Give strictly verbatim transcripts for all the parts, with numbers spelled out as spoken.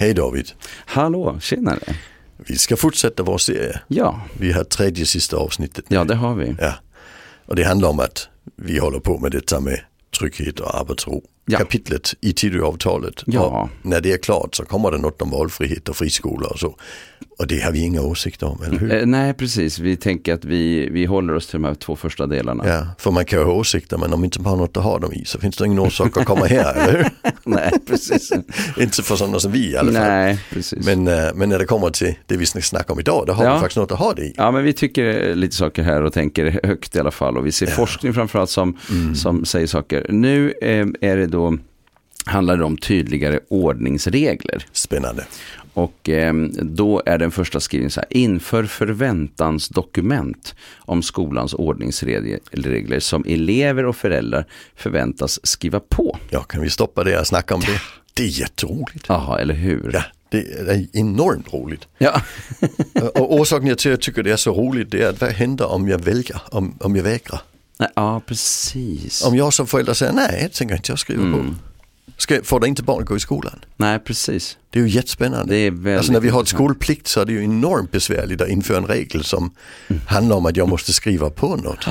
Hej David. Hallå, tjenare. Vi ska fortsätta vår serie. Ja. Vi har tredje sista avsnittet. Ja, det har vi. Ja. Och det handlar om att vi håller på med detta med trygghet och arbetsro. Ja. Kapitlet i Tidöavtalet. Ja. Och när det är klart så kommer det något om valfrihet och friskolor och så. Och det har vi inga åsikter om, eller hur? Eh, nej, precis. Vi tänker att vi, vi håller oss till de här två första delarna. Ja, för man kan ju ha åsikter, men om inte man har något att ha dem i så finns det ingen orsak att komma här, eller hur? Nej, precis. Inte för sådana som vi i alla fall. Nej, precis. Men, men när det kommer till det vi ska snacka om idag, då har ja. vi faktiskt något att ha det i. Ja, men vi tycker lite saker här och tänker högt i alla fall. Och vi ser ja. forskning framförallt som, mm. som säger saker. Nu eh, är det då, handlar det om tydligare ordningsregler. Spännande. Och eh, då är den första skrivningen så här: inför förväntansdokument om skolans ordningsregler som elever och föräldrar förväntas skriva på. Ja, kan vi stoppa det och snacka om det? Det är jätteroligt. Jaha, eller hur? Ja, det är enormt roligt. Ja. Och orsaken till att jag tycker det är så roligt, det är att vad händer om jag väljer, om, om jag vägrar? Ja, precis. Om jag som förälder säger nej, jag tänker inte jag skriva mm. på. Ska, får det inte barn gå i skolan? Nej, precis. Det är ju jättespännande. Det är väldigt alltså när vi har ett skolplikt så är det ju enormt besvärligt att införa en regel som mm. handlar om att jag måste skriva på något.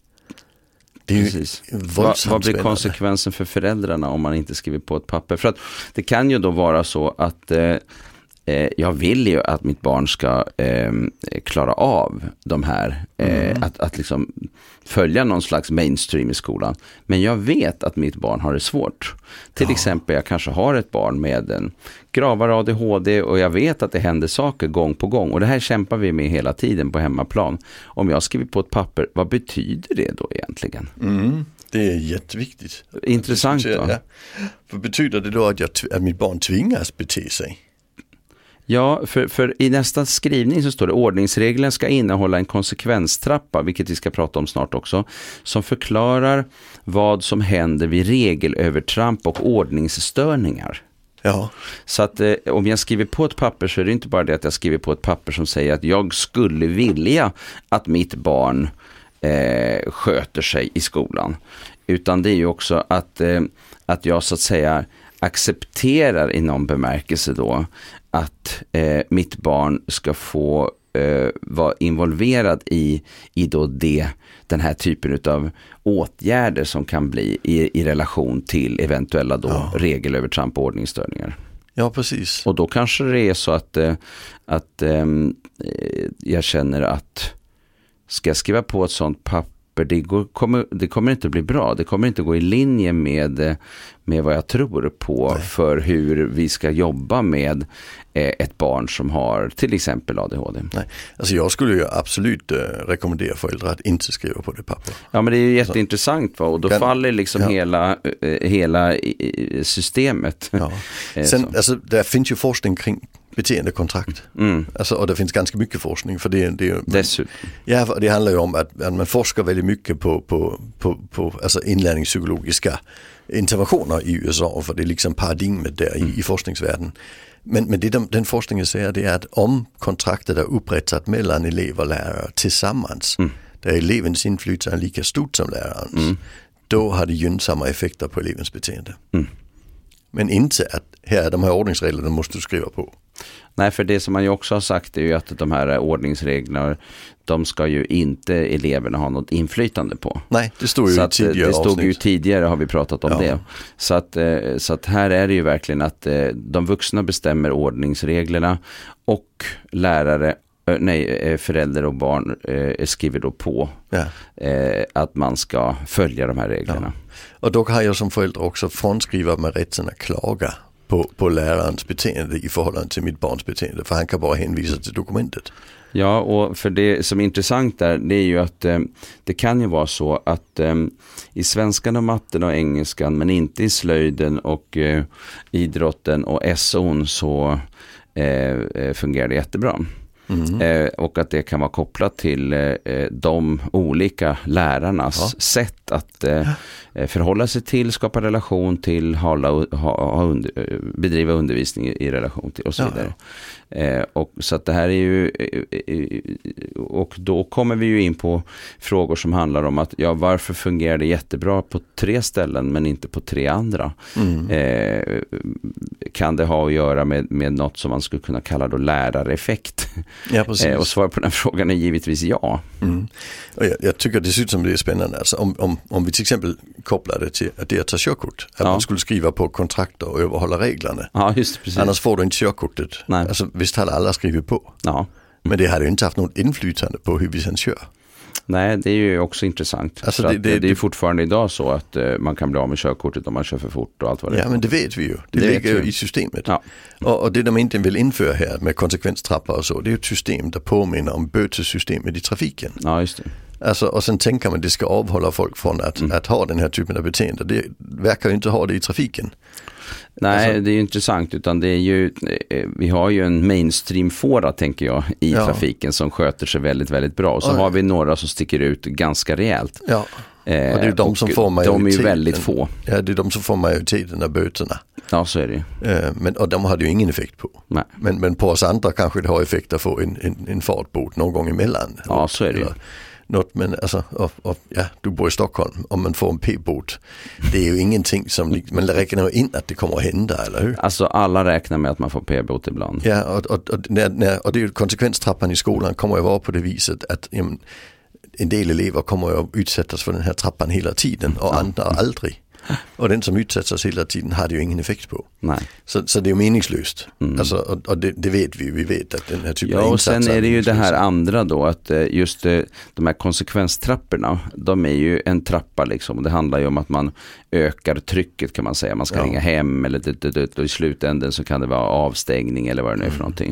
Det är precis. ju vad, vad blir konsekvensen för föräldrarna om man inte skriver på ett papper? För att det kan ju då vara så att eh, jag vill ju att mitt barn ska eh, klara av de här, eh, mm. att, att liksom följa någon slags mainstream i skolan. Men jag vet att mitt barn har det svårt. Till ja. exempel, jag kanske har ett barn med en gravare A D H D och jag vet att det händer saker gång på gång. Och det här kämpar vi med hela tiden på hemmaplan. Om jag skriver på ett papper, vad betyder det då egentligen? Mm. Det är jätteviktigt. Intressant då. Ja. Vad betyder det då att, jag, att mitt barn tvingas bete sig? Ja, för, för i nästa skrivning så står det: ordningsreglerna ska innehålla en konsekvenstrappa, vilket vi ska prata om snart också, som förklarar vad som händer vid regelövertramp och ordningsstörningar. Ja. Så att eh, om jag skriver på ett papper så är det inte bara det att jag skriver på ett papper som säger att jag skulle vilja att mitt barn eh, sköter sig i skolan. Utan det är ju också att, eh, att jag så att säga accepterar i någon bemärkelse då att eh, mitt barn ska få eh, vara involverad i, i då det, den här typen av åtgärder som kan bli i, i relation till eventuella då ja. regelövertramp och ordningsstörningar. Ja, precis. Och då kanske det är så att, eh, att eh, jag känner att ska jag skriva på ett sånt papper, Det, går, kommer, det kommer inte bli bra. Det kommer inte gå i linje med, med vad jag tror på. Nej. För hur vi ska jobba med eh, ett barn som har till exempel A D H D. Nej. Alltså jag skulle ju absolut eh, rekommendera föräldrar att inte skriva på det papper. Ja, men det är ju jätteintressant, va? Och då kan, faller liksom ja. hela, eh, hela eh, systemet. Ja. Sen, alltså, där finns ju forskning kring beteendekontrakt. Mm. Alltså, och det finns ganska mycket forskning för det, det Dessutom. Ja, för det handlar ju om att, att man forskar väldigt mycket på, på, på, på alltså inlärningspsykologiska interventioner i U S A, för det är liksom paradigmet där i, mm. i forskningsvärlden. Men, men det de, den forskningen säger, det är att om kontraktet är upprättat mellan elever och lärare tillsammans, mm. där elevens inflytande är lika stort som lärarens, mm. då har det gynnsamma effekter på elevens beteende. Mm. Men inte att här är de här ordningsreglerna måste du skriva på. Nej, för det som man ju också har sagt är ju att de här ordningsreglerna, de ska ju inte eleverna ha något inflytande på. Nej, det stod ju så att, tidigare det stod avsnitt. ju tidigare har vi pratat om ja. det. Så att, så att här är det ju verkligen att de vuxna bestämmer ordningsreglerna och lärare, nej, föräldrar och barn skriver då på ja. att man ska följa de här reglerna. Ja. Och då har jag som förälder också frånskriva med rätten att klaga på, på lärarens beteende i förhållande till mitt barns beteende, för han kan bara hänvisa till dokumentet. Ja, och för det som är intressant där, det är ju att eh, det kan ju vara så att eh, i svenskan och matten och engelskan, men inte i slöjden och eh, idrotten och S O N så eh, fungerar det jättebra. Mm. Eh, och att det kan vara kopplat till eh, de olika lärarnas ja. sätt att eh, förhålla sig till, skapa relation till, hålla, ha, ha under, bedriva undervisning i, i relation till och så vidare. Ja. Eh, och så att det här är ju eh, och då kommer vi ju in på frågor som handlar om att ja, varför fungerar det jättebra på tre ställen men inte på tre andra? Mm. Eh, kan det ha att göra med, med något som man skulle kunna kalla då lärareffekt? Ja, precis. Eh, och svar på den frågan är givetvis ja. Mm. Och jag, jag tycker dessutom det är spännande. Alltså om, om, om vi till exempel kopplar det till att det är att ta körkort. Att ja. man skulle skriva på kontrakt och överhålla reglerna. Ja, just precis. Annars får du inte körkortet. Nej. Alltså visst hade alla skrivit på. Ja. Men det hade ju inte haft något inflytande på hur vi sen kör. Nej, det är ju också intressant. Alltså det, det, det är ju fortfarande idag så att uh, man kan bli av med körkortet om man kör för fort och allt vad det är. Ja, men det vet vi ju. Det, det ligger ju i systemet. Ja. Och, och det de inte vill införa här med konsekvenstrappor och så, det är ju ett system där påminner om bötesystemet i trafiken. Ja, just det. Alltså, och sen tänker man att det ska avhålla folk från att, mm. att ha den här typen av beteende. Det verkar ju inte ha det i trafiken. Nej, alltså, det är ju intressant, utan det är ju, vi har ju en mainstream-fåra tänker jag i ja. trafiken som sköter sig väldigt, väldigt bra. Och så Oj. har vi några som sticker ut ganska rejält. Ja, och det är de som får majoriteten. De är ju väldigt få. Ja, det är de som får majoriteten av böterna. Ja, så är det ju. Men, och de hade ju ingen effekt på. Nej. Men, men på oss andra kanske det har effekt att få en, en, en fartbot någon gång emellan. Ja, så är det ju. Något, men alltså, och, och, ja, du bor i Stockholm, om man får en p-bot, det är ju ingenting som, man räknar in att det kommer att hända, eller hur? Alltså alla räknar med att man får p-bot ibland. Ja, och, och, och, när, när, och det är ju konsekvenstrappan i skolan kommer att vara på det viset att jamen, en del elever kommer att utsättas för den här trappan hela tiden och ja. andra aldrig. Och den som utsätts hela tiden har det ju ingen effekt på. Nej. Så, så det är ju meningslöst. Mm. Alltså, och och det, det vet vi Vi vet att den här typen ja, av insatser... Ja, och sen är det ju det här andra då, att just de här konsekvenstrapporna, de är ju en trappa liksom. Och det handlar ju om att man ökar trycket kan man säga. Man ska ja. ringa hem eller det, det, det, och i slutändan så kan det vara avstängning eller vad det nu är för mm. någonting.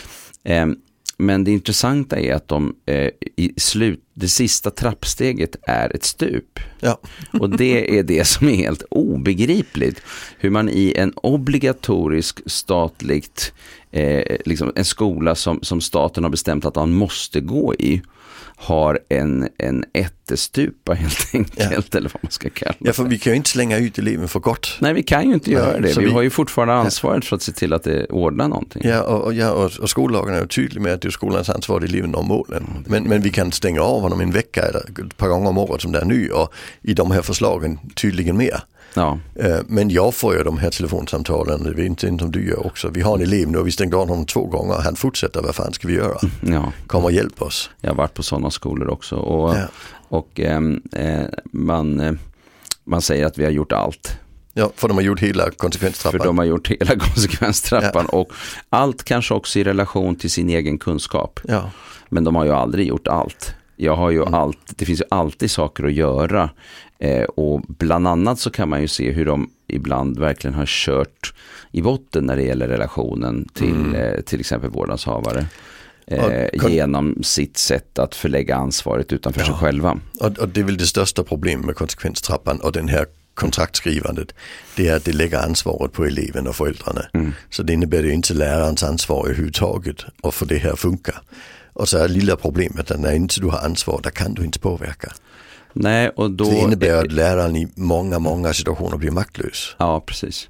Um, Men det intressanta är att de eh, i slut, det sista trappsteget är ett stup. Ja. Och det är det som är helt obegripligt. Hur man i en obligatorisk statligt, eh, liksom en skola som, som staten har bestämt att man måste gå i, har en, en ättestupa helt enkelt, ja. eller vad man ska kalla det. Ja, för vi kan ju inte slänga ut eleven för gott. Nej, vi kan ju inte Nej, göra det. Vi, vi har ju fortfarande ansvaret ja. för att se till att det ordnar någonting. Ja, och, och, ja, och, och skollagen är ju tydlig med att det är skolans ansvar att eleven når målen. Men, men vi kan stänga av honom en vecka eller ett par gånger om året som det är nu, och i de här förslagen tydligen mer. Ja. Men jag får ju de här telefonsamtalen, det vet inte om du gör också. Vi har en elev nu och vi stängde av honom två gånger och han fortsätter, vad fan ska vi göra? Ja. Kom och hjälp oss. Jag har varit på sådana skolor också och, ja. och eh, man, man säger att vi har gjort allt. Ja, för de har gjort hela konsekvenstrappan. För de har gjort hela konsekvenstrappan ja. och allt kanske också i relation till sin egen kunskap. Ja. Men de har ju aldrig gjort allt. Jag har ju mm. allt, det finns ju alltid saker att göra. Eh, och bland annat så kan man ju se hur de ibland verkligen har kört i botten när det gäller relationen till mm. eh, till exempel vårdnadshavare eh, kon- genom sitt sätt att förlägga ansvaret utanför ja. sig själva. Och, och det är väl det största problemet med konsekvenstrappan och den här kontraktskrivandet, det är att det lägger ansvaret på eleven och föräldrarna. Mm. Så det innebär ju inte lärarens ansvar överhuvudtaget och för det här funkar. Och så är lilla problemet att när inte du har ansvar, där kan du inte påverka. Nej, och då... Det innebär att läraren i många, många situationer blir maktlös. Ja, precis.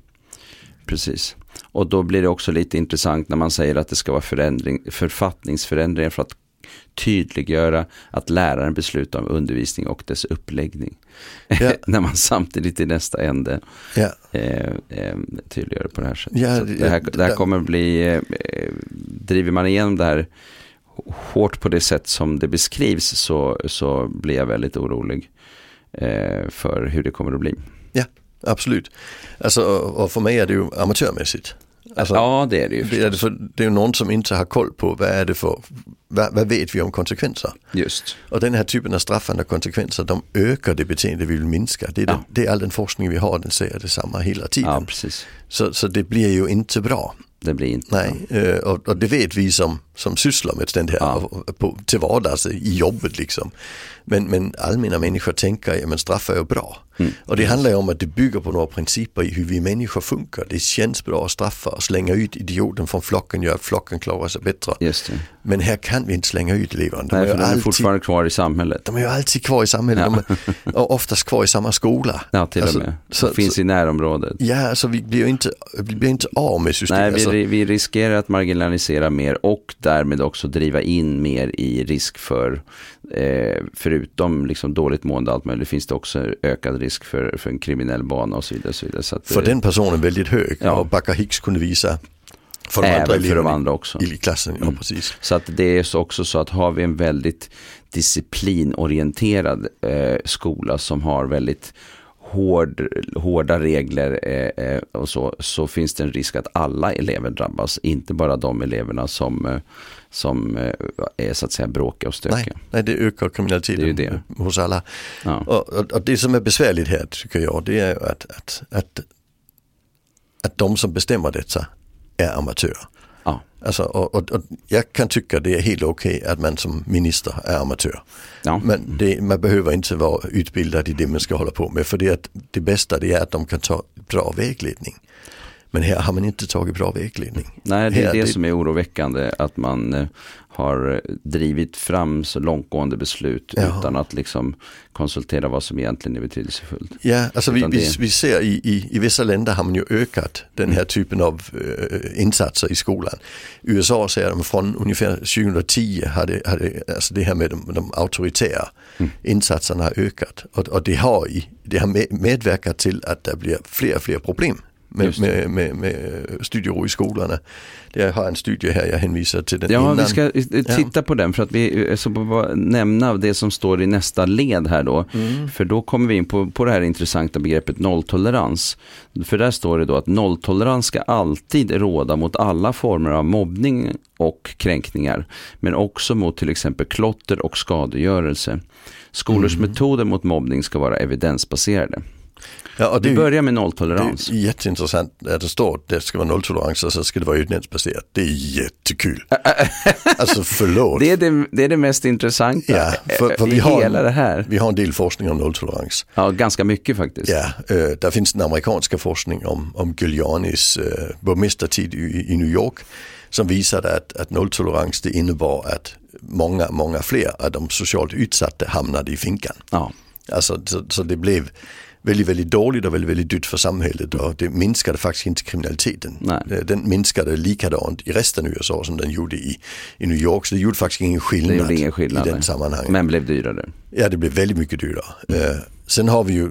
Precis. Och då blir det också lite intressant när man säger att det ska vara förändring, författningsförändringar för att tydliggöra att läraren beslutar om undervisning och dess uppläggning. Ja. När man samtidigt i nästa ände ja. eh, eh, tydliggör på det här sättet. Ja, det, det, här, det här kommer bli... Eh, driver man igenom det här hårt på det sätt som det beskrivs så, så blir jag väldigt orolig eh, för hur det kommer att bli. Ja, absolut. Alltså, och för mig är det ju amatörmässigt. Alltså, ja, det är det ju. Det är, det, för, det är ju någon som inte har koll på vad är det för, vad, vad vet vi om konsekvenser. Just. Och den här typen av straffande konsekvenser, de ökar det beteende vi vill minska. Det är, ja. det, det är all den forskning vi har, den säger detsamma hela tiden. Ja, precis. Så, så det blir ju inte bra. Det blir inte. Nej, och, och det vet vi som, som sysslar med det här ja. på, till vardags i jobbet liksom. Men, men allmänna människor tänker att men straff är ju bra. Mm. Och det handlar ju om att det bygger på några principer i hur vi människor funkar. Det känns bra att straffa och slänga ut idioten från flocken gör att flocken klarar sig bättre. Just det. Men här kan vi inte slänga ut eleverna. De, Nej, är, de alltid, är fortfarande kvar i samhället. De är ju alltid kvar i samhället. Ja. De är och oftast kvar i samma skola. Ja, till alltså, och med. Så, finns så, i närområdet. Ja, alltså vi blir ju inte, vi blir inte av med systemet. Nej, vi, alltså. vi riskerar att marginalisera mer och därmed också driva in mer i risk för, eh, förutom liksom dåligt mående allt möjligt, finns det också ökad risk för, för en kriminell bana och så vidare. Så vidare. Så att, för den personen väldigt hög ja. Och Backa Hicks kunde visa för de, Även andra, för de andra också. I klassen, ja, mm. precis. Så att det är så också så att har vi en väldigt disciplinorienterad eh, skola som har väldigt hård, hårda regler eh, och så, så finns det en risk att alla elever drabbas, inte bara de eleverna som, eh, som eh, är så att säga bråkiga och stökiga. Nej, nej, det ökar kriminaliteten det det. hos alla. Ja. Och, och, och det som är besvärligt här tycker jag, det är ju att, att, att, att de som bestämmer detta är amatörer. Ja. Alltså, och, och, och jag kan tycka det är helt okej att man som minister är amatör. Ja. Men det, man behöver inte vara utbildad i det man ska hålla på med. För det, att det bästa det är att de kan ta bra vägledning. Men här har man inte tagit bra vägledning. Nej, det är här, det, det som är oroväckande. Att man eh, har drivit fram så långtgående beslut ja. Utan att liksom konsultera vad som egentligen är betydelsefullt. Ja, alltså vi, vi, vi ser i, i, i vissa länder har man ju ökat den här typen av uh, insatser i skolan. U S A säger de från ungefär tjugohundratio hade, hade alltså det här med de, de auktoritära mm. insatserna har ökat. Och, och det har, i, det har medverkat till att det blir fler och fler problem. Med, med, med, med studiero i skolorna. Jag har en studie här, jag hänvisar till den ja, innan. Vi ska titta ja. på den för att vi så bara nämna det som står i nästa led här då. Mm. För då kommer vi in på, på det här intressanta begreppet nolltolerans. För där står det då att nolltolerans ska alltid råda mot alla former av mobbning och kränkningar. Men också mot till exempel klotter och skadegörelse. Skolors mm. metoder mot mobbning ska vara evidensbaserade. Ja, och det vi börjar med nolltolerans. Det är jätteintressant att det står att det ska vara nolltolerans och så ska det vara evidensbaserat. Det är jättekul. Alltså förlåt. Det är det, det är det mest intressanta ja, för, för i vi har, hela det här. Vi har en del forskning om nolltolerans. Ja, ganska mycket faktiskt. Ja, äh, där finns den amerikanska forskning om, om Giulianis äh, borgmästartid i, i New York som visade att, att nolltolerans det innebar att många, många fler av de socialt utsatta hamnade i finkan. Ja. Alltså, så, så det blev väldigt, väldigt dåligt och väldigt, väldigt dyrt för samhället och det minskade faktiskt inte kriminaliteten. Nej. Den minskade likadant i resten av U S A som den gjorde i, i New York, så det gjorde faktiskt ingen skillnad, ingen skillnad i den sammanhanget. Men blev dyrare. Ja, det blev väldigt mycket dyrare. Mm. Uh, sen har vi ju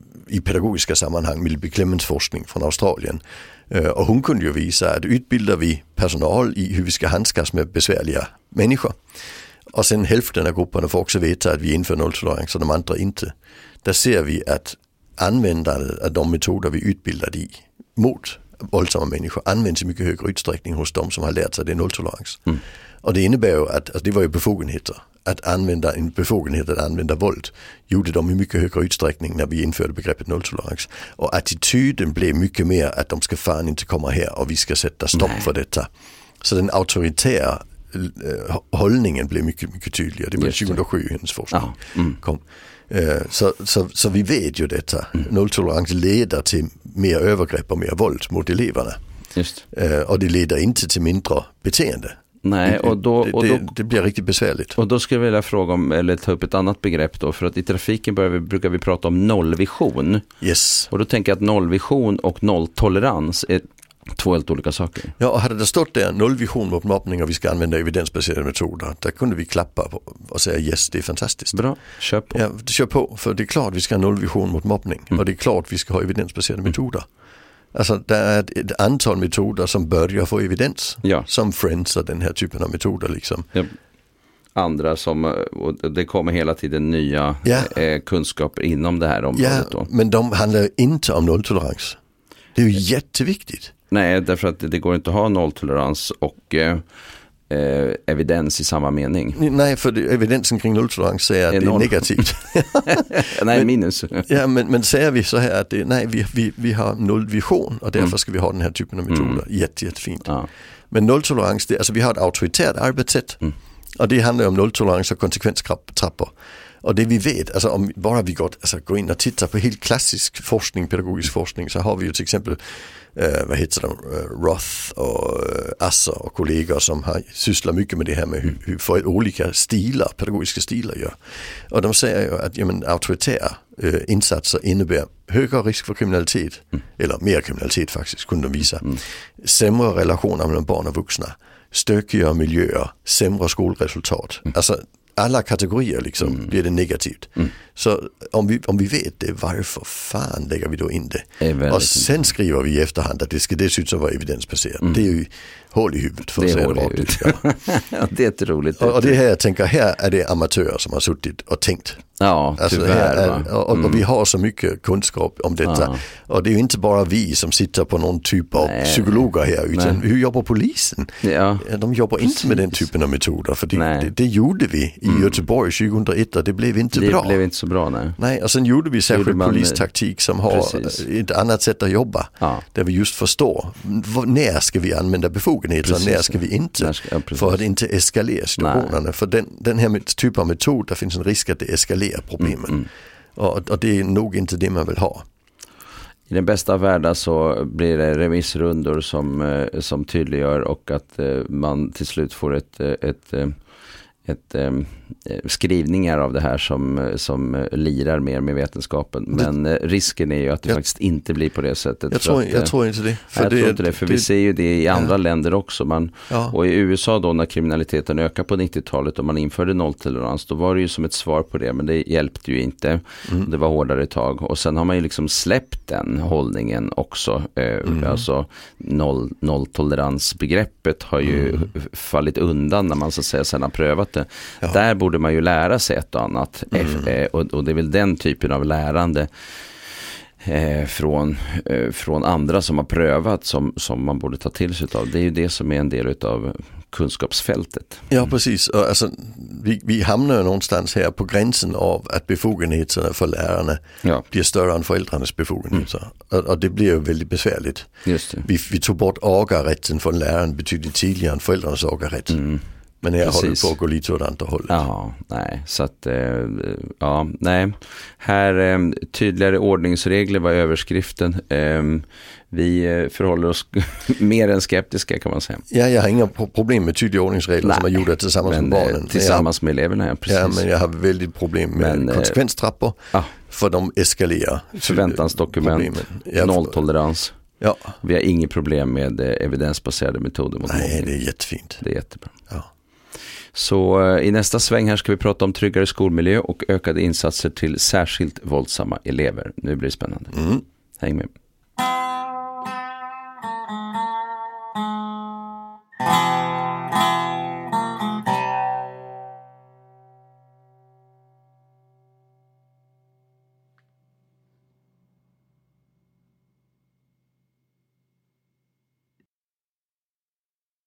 i pedagogiska sammanhang Milby Clemens forskning från Australien uh, och hon kunde ju visa att utbildar vi personal i hur vi ska handskas med besvärliga människor och sen hälften av grupperna får också veta att vi inför nolltolerans och de andra inte. Där ser vi att användandet av de metoder vi utbildar i mot våldsamma människor används i mycket högre utsträckning hos de som har lärt sig det nolltolerans. Mm. Och det innebär ju att alltså det var ju befogenheter. Att använda en befogenhet att använda våld gjorde de i mycket högre utsträckning när vi införde begreppet nolltolerans. Och attityden blev mycket mer att de ska fan inte komma här och vi ska sätta stopp Nej. För detta. Så den auktoritära äh, hållningen blev mycket, mycket tydligare. Det var tjugohundrasju i hennes forskning. Ja. Mm. Kom. Så, så, så vi vet ju detta. Mm. Nolltolerans leder till mer övergrepp och mer våld mot eleverna. Just. Och det leder inte till mindre beteende. Nej, och då, och det, då, det, det blir riktigt besvärligt. Och då skulle jag vilja fråga om, eller ta upp ett annat begrepp då, för att i trafiken börjar vi, brukar vi prata om nollvision. Yes. Och då tänker jag att nollvision och nolltolerans är två helt olika saker. Ja, och hade det stått där nollvision mot mobbning och vi ska använda evidensbaserade metoder, där kunde vi klappa på och säga yes, det är fantastiskt. Bra, kör på. Ja, kör på, för det är klart vi ska ha nollvision mot mobbning mm. och det är klart vi ska ha evidensbaserade mm. metoder. Alltså det är ett, ett antal metoder som börjar få evidens, ja. Som Friends och den här typen av metoder liksom. Ja. Andra som, och det kommer hela tiden nya ja. eh, kunskaper inom det här området ja, då. Men de handlar inte om nolltolerans. Det är ju jätteviktigt. Nej, därför att det går inte att ha nolltolerans och eh, eh, evidens i samma mening. Nej, för det, evidensen kring nolltolerans säger att det är negativt. nej, men, minus. ja, men, men säger vi så här att det, nej, vi, vi, vi har nollvision och därför mm. ska vi ha den här typen av metoder. Mm. Jätte, jättefint. Ja. Men nolltolerans, det, alltså vi har ett auktoritärt arbetssätt mm. och det handlar om nolltolerans och konsekvenstrappor. Och det vi vet, alltså om bara vi går, alltså går in och tittar på helt klassisk forskning, pedagogisk forskning, så har vi ju till exempel eh, vad heter de, Roth och eh, Asser och kollegor som har sysslat mycket med det här med hur, hur för olika stilar, pedagogiska stilar gör. Och de säger ju att ja, men, auktoritära eh, insatser innebär högre risk för kriminalitet, mm. eller mer kriminalitet faktiskt, kunde de visa. Mm. Sämre relationer mellan barn och vuxna, stökigare miljöer, sämre skolresultat. Mm. Alltså alla kategorier liksom mm. blir det negativt. Mm. Så om vi, om vi vet det, varför fan lägger vi då in det? det och sen skriver vi i efterhand att det ska dessutom vara evidensbaserat. Mm. Det är ju hål i huvudet för att säga det rakt. Ja, det är ett roligt. Och, och det här jag tänker, här är det amatörer som har suttit och tänkt. Ja, alltså, tyvärr. Är, och, mm. och vi har så mycket kunskap om detta. Ja. Och det är ju inte bara vi som sitter på någon typ av Nej. psykologer här, utan Nej. hur jobbar polisen? Ja. De jobbar Precis. inte med den typen av metoder, för det, det, det gjorde vi i mm. Göteborg tjugohundraett och det blev inte det bra. Det blev inte så bra, nej. Nej, och sen gjorde vi särskilt man, polistaktik som har Precis. ett annat sätt att jobba. Ja. Där vi just förstår, när ska vi använda befogenheter och när ska vi inte? Ska, ja, för att inte eskalera situationerna. Nej. För den, den här typen av metod, där finns en risk att det eskalerar problemen. Mm, mm. Och, och det är nog inte det man vill ha. I den bästa av världar så blir det remissrundor som, som tydliggör och att man till slut får ett, ett, ett, ett skrivningar av det här som, som lirar mer med vetenskapen. Men det, risken är ju att det jag, faktiskt inte blir på det sättet. Jag, tror, att, jag tror inte det. För jag det, tror inte det, för det, vi ser ju det i andra ja. länder också. Man, ja. Och i U S A då när kriminaliteten ökade på nittiotalet och man införde nolltolerans, då var det ju som ett svar på det, men det hjälpte ju inte. Mm. Det var hårdare tag. Och sen har man ju liksom släppt den hållningen också. Mm. Alltså noll, nolltoleransbegreppet har ju mm. fallit undan när man så att säga sen har prövat det. Ja. Där borde man ju lära sig ett och annat. Mm. Och, och det är väl den typen av lärande eh, från, eh, från andra som har prövat som, som man borde ta till sig av. Det är ju det som är en del av kunskapsfältet. Ja, precis. Alltså, vi, vi hamnar ju någonstans här på gränsen av att befogenheterna för lärarna ja. blir större än föräldrarnas befogenheter. Mm. Och, och det blir ju väldigt besvärligt. Just det. Vi, vi tog bort agarrätten från läraren betydligt tidigare än föräldrarnas agarrätt. Mm. Men jag Precis. håller på att gå lite åt andra hållet. Ja, nej. Så att, eh, ja, nej. Här, eh, tydligare ordningsregler var överskriften. Eh, vi förhåller oss mer än skeptiska kan man säga. Ja, jag har inga problem med tydliga ordningsregler nej, som är gjorda tillsammans men, med barnen. Tillsammans har, med eleverna, ja, precis. Ja, men jag har väldigt problem med men, konsekvenstrappor. Eh, för de eskalerar. Förväntansdokument, ja, nolltolerans. Ja. Vi har inget problem med evidensbaserade metoder mot Nej, det är jättefint. Det är jättebra. Ja. Så uh, i nästa sväng här ska vi prata om tryggare skolmiljö och ökade insatser till särskilt våldsamma elever. Nu blir det spännande. Mm. Häng med.